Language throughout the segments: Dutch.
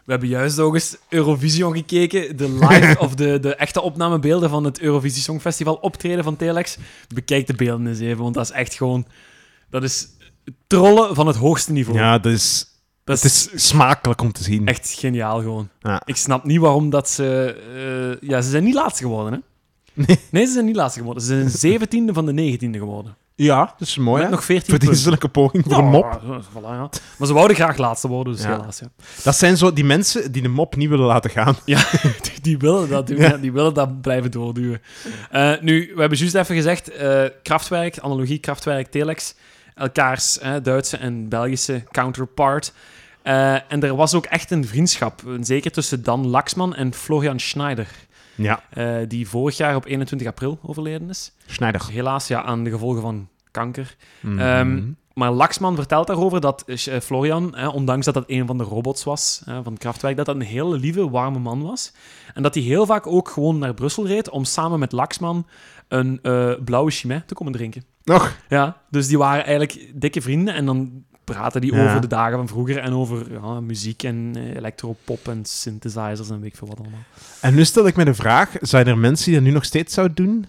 We hebben juist ook eens Eurovision gekeken. De live of de echte opnamebeelden van het Eurovisie Songfestival optreden van Telex. Bekijk de beelden eens even, want dat is echt gewoon... Dat is trollen van het hoogste niveau. Ja, het is smakelijk om te zien. Echt geniaal gewoon. Ja. Ik snap niet waarom dat ze... ze zijn niet laatste geworden, hè? Nee, ze zijn niet laatste geworden. Ze zijn 17e van de 19e geworden. Ja, dat is mooi, Met hè? nog 14 Verdienstelijke poging voor een mop. Voilà, ja. Maar ze wouden graag laatste worden, dus helaas. Ja. Dat zijn zo die mensen die de mop niet willen laten gaan. Ja, die willen dat doen. Ja. Die willen dat blijven doorduwen. Nu, we hebben juist even gezegd, Kraftwerk, analogie Kraftwerk, Telex, elkaars Duitse en Belgische counterpart. En er was ook echt een vriendschap, zeker tussen Dan Laxman en Florian Schneider. Ja. Die vorig jaar op 21 april overleden is. Schneider. Helaas, ja, aan de gevolgen van kanker. Mm-hmm. Maar Laxman vertelt daarover dat Florian, ondanks dat dat een van de robots was van Kraftwerk, dat een hele lieve, warme man was. En dat hij heel vaak ook gewoon naar Brussel reed om samen met Laxman een blauwe chimay te komen drinken. Nog? Ja, dus die waren eigenlijk dikke vrienden en dan praten die over de dagen van vroeger en over muziek en electropop en synthesizers en weet ik veel wat allemaal. En nu stel ik me de vraag, zijn er mensen die dat nu nog steeds zouden doen?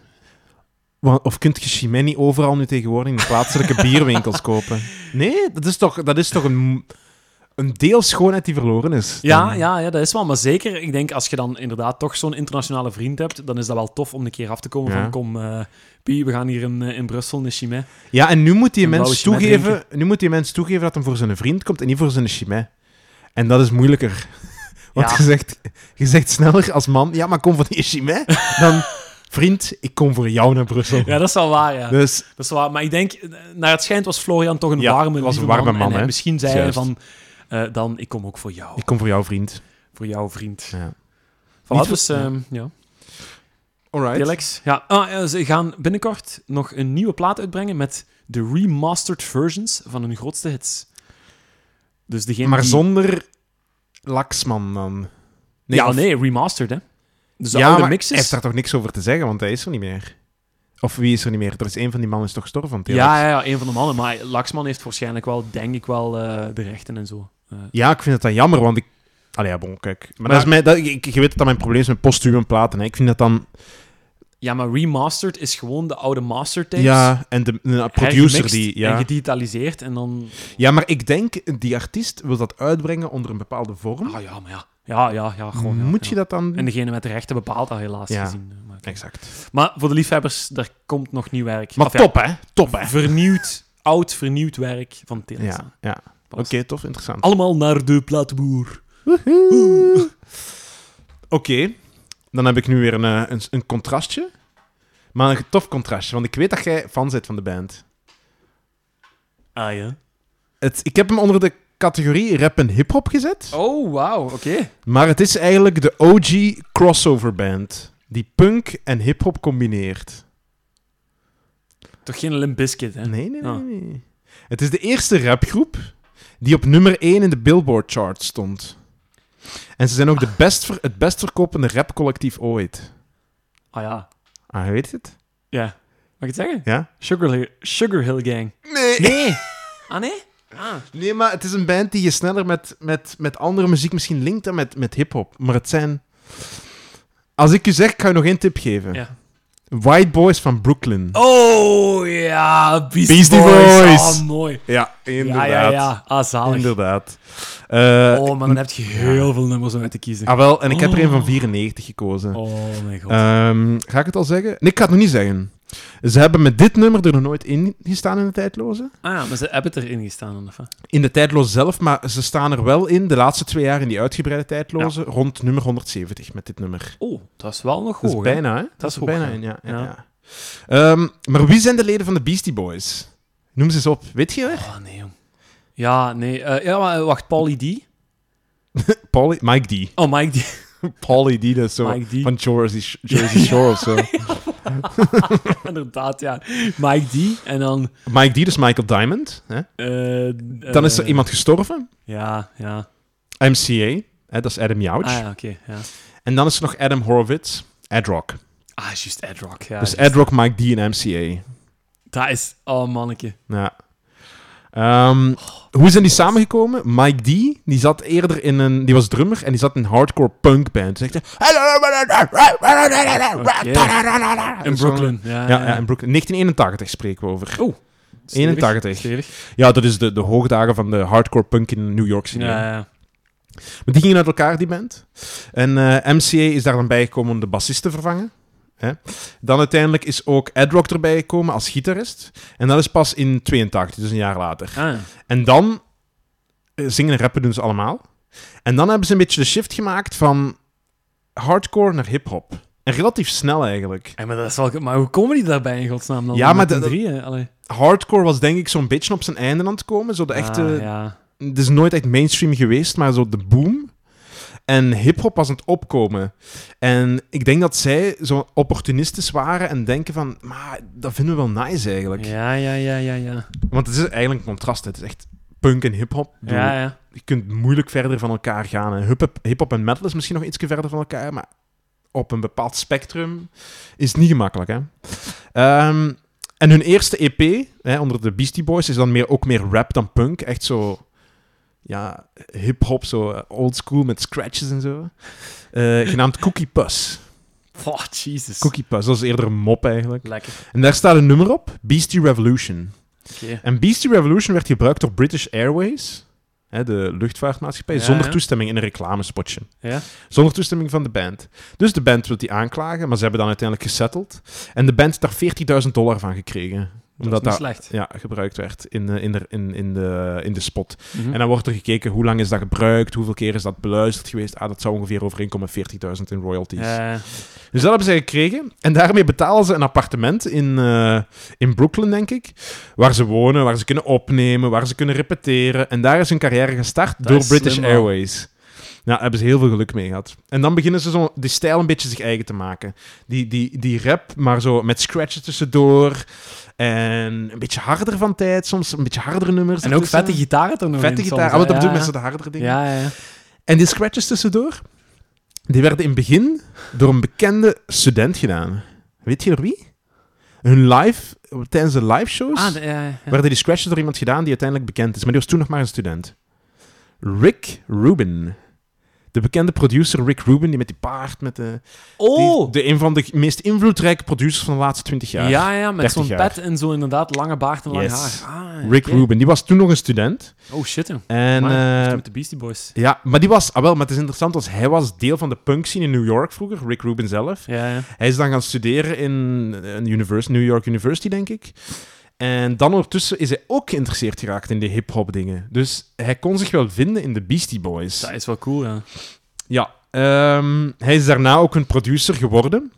Of kunt je chimay niet overal nu tegenwoordig in de plaatselijke bierwinkels kopen? Nee, dat is toch een deel schoonheid die verloren is. Ja, dat is wel. Maar zeker, ik denk, als je dan inderdaad toch zo'n internationale vriend hebt, dan is dat wel tof om een keer af te komen van, kom, Pie, we gaan hier in Brussel een chimay. Ja, en nu moet die mens toegeven dat hij voor zijn vriend komt en niet voor zijn chimay. En dat is moeilijker. Want je zegt sneller als man, ja, maar kom voor die chimay, dan... Vriend, ik kom voor jou naar Brussel. Ja, dat is wel waar, ja. Dus... Dat is waar. Maar ik denk, naar het schijnt was Florian toch een warme man. En misschien zei hij van, dan, ik kom ook voor jou. Ik kom voor jou, vriend. Voor jou, vriend. Ja. Voilà, dus, ja. Alright. Telex. Ja, ze gaan binnenkort nog een nieuwe plaat uitbrengen met de remastered versions van hun grootste hits. Dus degene maar zonder Laxman dan? Nee, remastered, hè. Dus de oude mixes... hij heeft daar toch niks over te zeggen, want hij is er niet meer. Of wie is er niet meer? Er is een van die mannen is toch gestorven van Telex? Ja, een van de mannen. Maar Laxman heeft waarschijnlijk wel, denk ik wel, de rechten en zo. Ja, ik vind het dan jammer, want ik... Allee, ja, bon, kijk. Maar dat is je weet dat mijn probleem is met postuum platen. Hè. Ik vind dat dan... Ja, maar remastered is gewoon de oude mastertapes. Ja, en de producer die... Ja. En gedigitaliseerd en dan... Ja, maar ik denk, die artiest wil dat uitbrengen onder een bepaalde vorm. Ah ja, maar ja. Ja, gewoon. Moet je dat dan... En degene met de rechten bepaalt dat helaas gezien. Maar, exact. Maar voor de liefhebbers, er komt nog nieuw werk. Maar top, hè? Top, hè? Vernieuwd werk van Telex. Ja. Oké, tof, interessant. Allemaal naar de platenboer. Oké. Dan heb ik nu weer een contrastje. Maar een tof contrastje, want ik weet dat jij fan bent van de band. Ah, ja. Ik heb hem onder de categorie rap en hip-hop gezet. Oh, wauw, oké. Maar het is eigenlijk de OG crossover band. Die punk en hip-hop combineert. Toch geen Limp Bizkit, hè? Nee. Het is de eerste rapgroep die op nummer 1 in de Billboard chart stond. En ze zijn ook het best verkopende rapcollectief ooit. Ah ja. Ah, weet je het? Ja. Mag ik het zeggen? Ja? Sugar Hill Gang. Nee. Ah, nee? Nee, maar het is een band die je sneller met andere muziek misschien linkt dan met hip-hop. Maar het zijn... Als ik u zeg, ik ga je nog één tip geven. Ja. White Boys van Brooklyn. Oh, ja. Beastie Boys. Ah, mooi. Ja, inderdaad. Ja. Ah, zalig. Inderdaad. Maar dan heb je heel veel nummers om uit te kiezen. Ah, wel. En ik heb er een van 94 gekozen. Oh, mijn god. Ga ik het al zeggen? Nee, ik ga het nog niet zeggen. Ze hebben met dit nummer er nog nooit in gestaan in de tijdloze. Ah ja, maar ze hebben het erin gestaan. Of? In de tijdloze zelf, maar ze staan er wel in de laatste 2 jaar in die uitgebreide tijdloze, rond nummer 170 met dit nummer. Oh, dat is wel nog hoog. Dat is bijna, hè? Dat is er hoog, bijna in, ja. Maar wie zijn de leden van de Beastie Boys? Noem ze eens op. Weet je er? Oh, nee, jong. Ja, nee. Maar wacht, Pauly D? Mike D. Oh, Mike D. Pauly D, dat is zo van Jersey Shore of zo. Inderdaad, ja. Mike D. En dan... Mike D, dus Michael Diamond. Hè? Dan is er iemand gestorven. Ja. MCA, hè, dat is Adam Yauch. Ah ja, oké. Ja. En dan is er nog Adam Horowitz, Ed Rock. Ah, juist Ed Rock. Ja, dus Ed Rock, Mike D en MCA. Dat is... Oh, manneke. Ja. Hoe zijn die samengekomen? Mike D, die zat eerder die was drummer en die zat in een hardcore punk band. Zegt hij... In Brooklyn. Ja, in Brooklyn. 1981 spreken we over. Oh. 81. Ja, dat is de hoogdagen van de hardcore punk in New York City. Ja. Maar die gingen uit elkaar, die band. En MCA is daar dan bijgekomen om de bassist te vervangen. Hè? Dan uiteindelijk is ook Ed Rock erbij gekomen als gitarist. En dat is pas in 82, dus een jaar later. En dan zingen en rappen doen ze allemaal. En dan hebben ze een beetje de shift gemaakt van hardcore naar hip-hop. En relatief snel eigenlijk. Maar hoe komen die daarbij in godsnaam dan? Ja, maar hardcore was denk ik zo'n beetje op zijn einde aan het komen. Zo de echte... Het is nooit echt mainstream geweest, maar zo de boom. En hip-hop was aan het opkomen. En ik denk dat zij zo opportunistisch waren en denken van... Maar dat vinden we wel nice eigenlijk. Ja. Want het is eigenlijk een contrast. Het is echt punk en hip-hop. Je kunt moeilijk verder van elkaar gaan. En hip-hop en metal is misschien nog iets verder van elkaar, maar op een bepaald spectrum is het niet gemakkelijk, hè. En hun eerste EP, onder de Beastie Boys, is dan ook meer rap dan punk. Echt zo... Ja, hip-hop, zo old school met scratches en zo. Genaamd Cookie Puss. Oh, Jesus. Cookie Puss, dat is eerder een mop eigenlijk. Lekker. En daar staat een nummer op, Beastie Revolution. Okay. En Beastie Revolution werd gebruikt door British Airways, de luchtvaartmaatschappij, zonder toestemming in een reclamespotje. Ja. Zonder toestemming van de band. Dus de band wil die aanklagen, maar ze hebben dan uiteindelijk gesetteld. En de band heeft daar $40.000 van gekregen. Omdat dat slecht. Ja, gebruikt werd in de spot. Mm-hmm. En dan wordt er gekeken, hoe lang is dat gebruikt, hoeveel keer is dat beluisterd geweest. Dat zou ongeveer overeenkomen met $40.000 in royalties. Dus dat hebben zij gekregen. En daarmee betalen ze een appartement in Brooklyn, denk ik. Waar ze wonen, waar ze kunnen opnemen, waar ze kunnen repeteren. En daar is hun carrière gestart door British Airways. Ja, daar hebben ze heel veel geluk mee gehad. En dan beginnen ze zo die stijl een beetje zich eigen te maken. Die rap, maar zo met scratches tussendoor. En een beetje harder van tijd, soms een beetje hardere nummers. En ook vette gitaren toch nog. Vette gitaar, dat bedoel ik met zo de hardere dingen. Ja. En die scratches tussendoor, die werden in het begin door een bekende student gedaan. Weet je door wie? Tijdens de live shows werden die scratches door iemand gedaan die uiteindelijk bekend is. Maar die was toen nog maar een student. Rick Rubin. De bekende producer Rick Rubin, die met die paard, met een van de meest invloedrijke producers van de laatste 20 jaar. Ja, met zo'n pet en zo inderdaad lange baard en lang haar. Rick Rubin, die was toen nog een student. Oh shit, joh. En met de Beastie Boys. Ja, maar die was... maar het is interessant, want hij was deel van de punk scene in New York vroeger, Rick Rubin zelf. Ja. Hij is dan gaan studeren in New York University, denk ik. En dan ondertussen is hij ook geïnteresseerd geraakt in die hip-hop dingen. Dus hij kon zich wel vinden in de Beastie Boys. Dat is wel cool, ja. Ja, hij is daarna ook een producer geworden.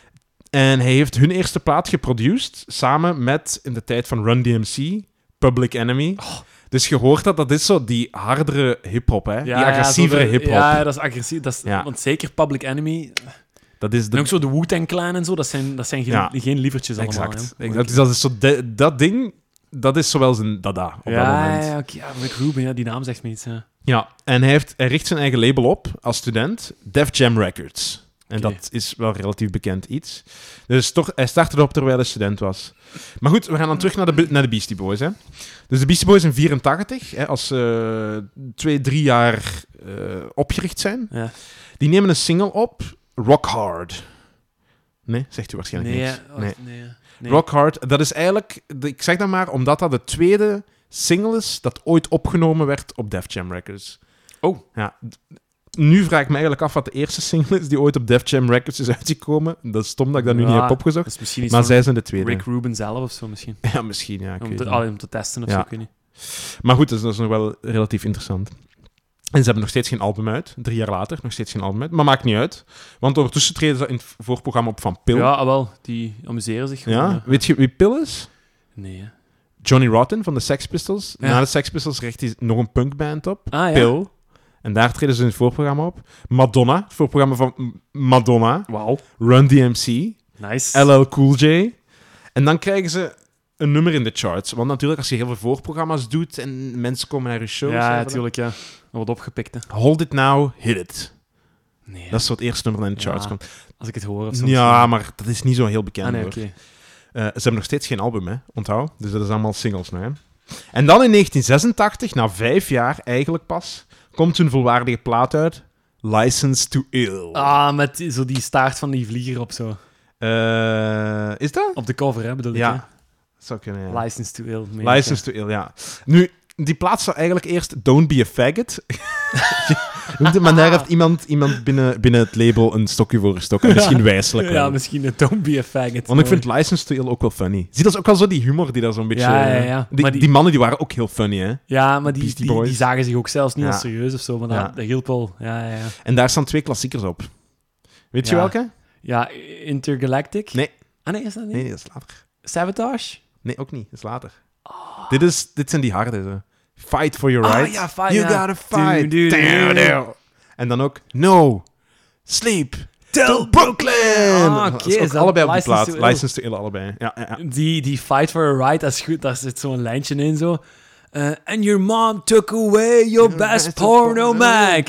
En hij heeft hun eerste plaat geproduceerd, samen met, in de tijd van Run DMC, Public Enemy. Oh. Dus je hoort dat is zo die hardere hip-hop, hè? Die agressievere hip-hop. Ja, dat is agressief. Want zeker Public Enemy... En ook zo de Wu-Tang Clan en zo, dat zijn geen lievertjes allemaal. Exact. Dat is zo dat ding, dat is zowel zijn dada op dat moment. Ja, Rick Rubin, die naam zegt me iets. Ja, en hij richt zijn eigen label op als student, Def Jam Records. En dat is wel relatief bekend iets. Dus toch, hij startte erop terwijl hij student was. Maar goed, we gaan dan terug naar de Beastie Boys. Hè. Dus de Beastie Boys in 84, als ze 2-3 jaar opgericht zijn, die nemen een single op... Rock Hard. Nee, zegt u waarschijnlijk niks. Nee. Rock Hard, dat is eigenlijk... Ik zeg dat maar omdat dat de tweede single is dat ooit opgenomen werd op Def Jam Records. Oh. Ja. Nu vraag ik me eigenlijk af wat de eerste single is die ooit op Def Jam Records is uitgekomen. Dat is stom dat ik dat nu niet heb opgezocht. Maar zij zijn de tweede. Rick Rubin zelf of zo misschien. Ja, misschien, ja. Om te testen of zo, ik weet niet. Maar goed, dat is nog wel relatief interessant. En ze hebben nog steeds geen album uit. 3 jaar later, nog steeds geen album uit. Maar maakt niet uit. Want ondertussen treden ze in het voorprogramma op van Pil. Ja, wel. Die amuseren zich. Ja? Weet je wie Pil is? Nee. Johnny Rotten van de Sex Pistols. Ja. Na de Sex Pistols richt hij nog een punkband op. Pil. En daar treden ze in het voorprogramma op. Madonna. Het voorprogramma van Madonna. Wauw. Run DMC. Nice. LL Cool J. En dan krijgen ze... een nummer in de charts. Want natuurlijk, als je heel veel voorprogramma's doet en mensen komen naar je shows... Ja, natuurlijk, ja. Dat wordt opgepikt, hè. Hold It Now, Hit It. Nee. Dat is zo het eerste nummer dat in de charts komt. Als ik het hoor of zo. Ja, maar dat is niet zo heel bekend, hoor. Okay. Ze hebben nog steeds geen album, hè. Onthoud. Dus dat is allemaal singles nu, hè. En dan in 1986, na 5 jaar eigenlijk pas, komt hun volwaardige plaat uit. License to Ill. Ah, met zo die staart van die vlieger op zo. Is dat? Op de cover, hè, bedoel ik. Ja. Hè? Zou kunnen, ja. License to Ill. License to Ill, ja. Nu, die plaat zou eigenlijk eerst Don't Be a Faggot. Maar daar heeft iemand binnen het label een stokje voor gestoken. Misschien wijselijk wel. Ja, misschien een Don't Be a Faggot. Want ik vind License to Ill ook wel funny. Zie, dat is ook wel zo die humor die daar zo'n beetje... Ja. Die mannen die waren ook heel funny, hè? Ja, maar die zagen zich ook zelfs niet als serieus of zo. Maar dat hielp wel. Ja. En daar staan 2 klassiekers op. Weet je welke? Ja, Intergalactic. Nee. Ah, nee, is dat niet? Nee, dat is later. Sabotage? Nee, ook niet. Dat is later. Dit zijn die harde, zo. Fight for your rights. Ja, fight. You gotta fight. En dan ook No Sleep Till Brooklyn. Oké. Is allebei op die plaat. License to Ill, allebei. Ja. Die Fight for your right, dat is goed. Daar zit zo'n lijntje in, zo. And your mom took away your best porno mag.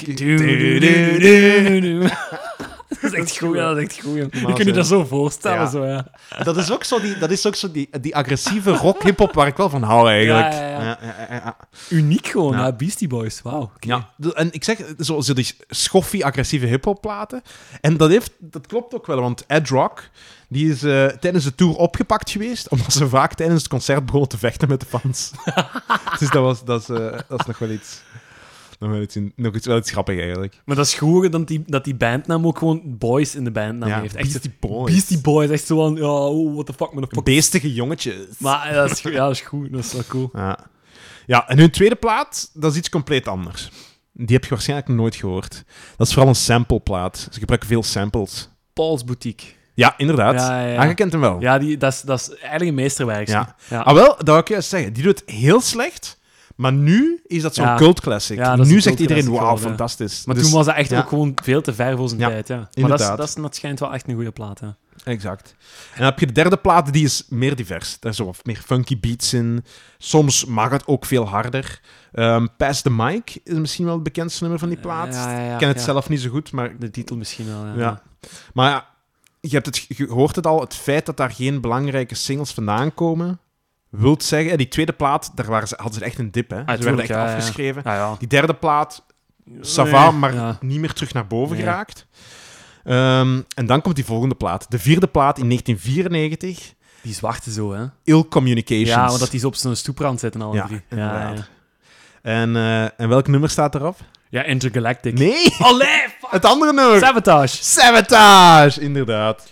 Dat is echt goed, ja. Dat is echt goed, ja. Je kunt je dat zo voorstellen, ja. zo, ja. Dat is ook zo die agressieve rock-hip-hop waar ik wel van hou, eigenlijk. Ja. Uniek gewoon, ja. Beastie Boys, wauw. Okay. Ja, en ik zeg, zo die schoffie, agressieve hip-hop platen. En dat klopt ook wel, want Ed Rock, die is tijdens de tour opgepakt geweest, omdat ze vaak tijdens het concert begonnen te vechten met de fans. Dus dat is nog wel iets... Nog iets grappig, eigenlijk. Maar dat is goed dat die bandnaam ook gewoon Boys in de bandnaam heeft. Echt Beastie Boys. Beastie Boys, echt zo van, what the fuck, man. Beestige jongetjes. Maar dat is goed, dat is wel cool. Ja, en hun tweede plaat, dat is iets compleet anders. Die heb je waarschijnlijk nog nooit gehoord. Dat is vooral een sampleplaat. Ze gebruiken veel samples. Paul's Boutique. Ja, inderdaad. Ja. Je kent hem wel. Ja, dat is eigenlijk een meesterwerk. Ja. Ah, wel, dat wil ik juist zeggen. Die doet het heel slecht... Maar nu is dat zo'n cult classic. Ja, nu zegt iedereen, wauw, fantastisch. Maar toen was dat echt ook gewoon veel te ver voor zijn tijd. Ja. Maar dat schijnt wel echt een goede plaat. Ja. Exact. En dan heb je de derde plaat, die is meer divers. Daar zijn wat meer funky beats in. Soms mag het ook veel harder. Pass the Mic is misschien wel het bekendste nummer van die plaat. Ik ken het zelf niet zo goed, maar... De titel misschien wel, ja. Maar ja, je hoort het al, het feit dat daar geen belangrijke singles vandaan komen... Wilt zeggen, die tweede plaat, daar hadden ze echt een dip. Hè. Ze werden echt afgeschreven. Ja. Die derde plaat, ça va, maar niet meer terug naar boven geraakt. En dan komt die volgende plaat. De vierde plaat in 1994. Die zwarte zo, hè? Ill Communications. Ja, want dat die op zo'n stoeprand zitten, alle drie. Ja. En welk nummer staat erop? Ja, Intergalactic. Nee! Allee, fuck. Het andere nummer. Sabotage, inderdaad.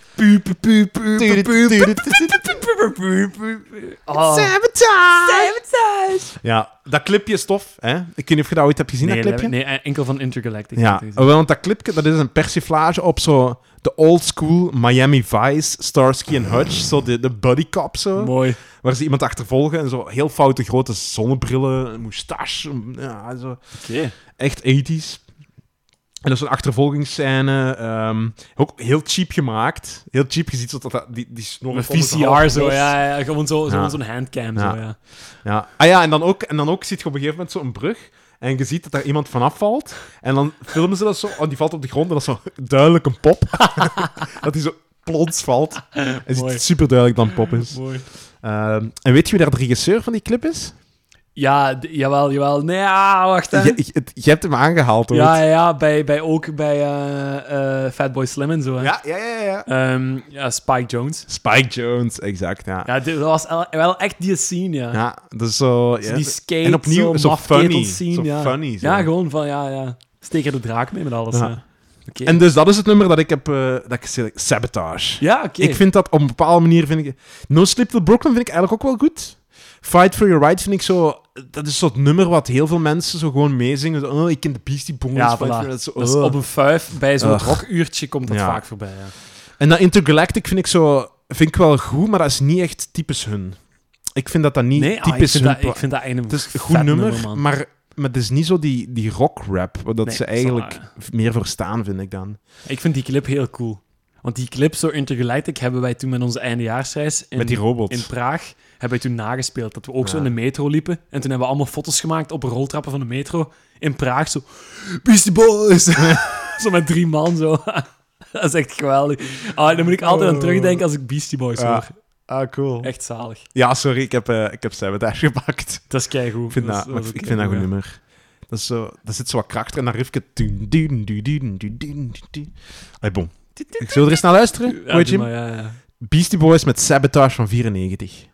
Sabotage! Ja, dat clipje is tof, hè? Ik weet niet of je dat ooit hebt gezien, dat clipje? Nee, enkel van Intergalactic. Ja, want dat clipje, dat is een persiflage op zo de old school Miami Vice, Starsky en Hutch, zo de buddy cop zo. Mooi. Waar ze iemand achtervolgen en zo heel foute grote zonnebrillen, een moustache, ja, zo. Okay. Echt 80's. En dat is een achtervolgingsscène. Ook heel cheap gemaakt. Heel cheap. Je ziet dat die snor... Met VCR zo, ja. Gewoon zo'n handcam. Ja. Zo, ja. Ja. Ah ja, en dan ook ziet je op een gegeven moment zo'n brug. En je ziet dat daar iemand vanaf valt. En dan filmen ze dat zo. Oh, die valt op de grond. En dat is zo duidelijk een pop. Dat hij zo plons valt. En je ziet super duidelijk dat een pop is. Mooi. En weet je wie daar de regisseur van die clip is? Ja, jawel. Nee, wacht, hè. Je hebt hem aangehaald, hoor. Ja, ook bij Fatboy Slim en zo, hè. Ja. Spike Jonze. Spike Jonze, exact, ja. Ja, dat was wel echt die scene, ja. Ja, dat is zo... Ja, die skate, en opnieuw zo funny. Scene, zo ja. funny. Zo. Ja, gewoon van, steek er de draak mee met alles, ja. Okay. En dus dat is het nummer dat ik heb geselecteerd. Sabotage. Ja, oké. Ik vind dat op een bepaalde manier... No Sleep Till Brooklyn vind ik eigenlijk ook wel goed. Fight for Your Right vind ik zo... Dat is zo'n nummer wat heel veel mensen zo gewoon meezingen. Zo, ik ken de Beastie Boys. Ja, voilà. Dus op een 5 bij zo'n rockuurtje komt dat vaak voorbij. Ja. En dat Intergalactic vind ik wel goed, maar dat is niet echt typisch hun. Ik vind dat niet typisch hun. Ik vind dat een het is een goed nummer, maar het is niet zo die rock-rap, wat ze eigenlijk meer voor staan, vind ik dan. Ik vind die clip heel cool. Want die clip, zo Intergalactic, hebben wij toen met onze eindejaarsreis met die robots in Praag hebben wij toen nagespeeld. Dat we ook zo in de metro liepen. En toen hebben we allemaal foto's gemaakt op roltrappen van de metro in Praag. Zo, Beastie Boys! Zo met 3 man, zo. Dat is echt geweldig. Dan moet ik altijd aan terugdenken als ik Beastie Boys hoor. Ah, cool. Echt zalig. Ja, sorry, ik heb Sabotage gepakt. Dat is keigoed. Ik vind dat een goed nummer. Dat is zo, daar zit zo wat kracht en dan riffje. Allee, bon. Ik zal er eens naar luisteren. Ja, Weet je? maar, ja. Beastie Boys met Sabotage van 94.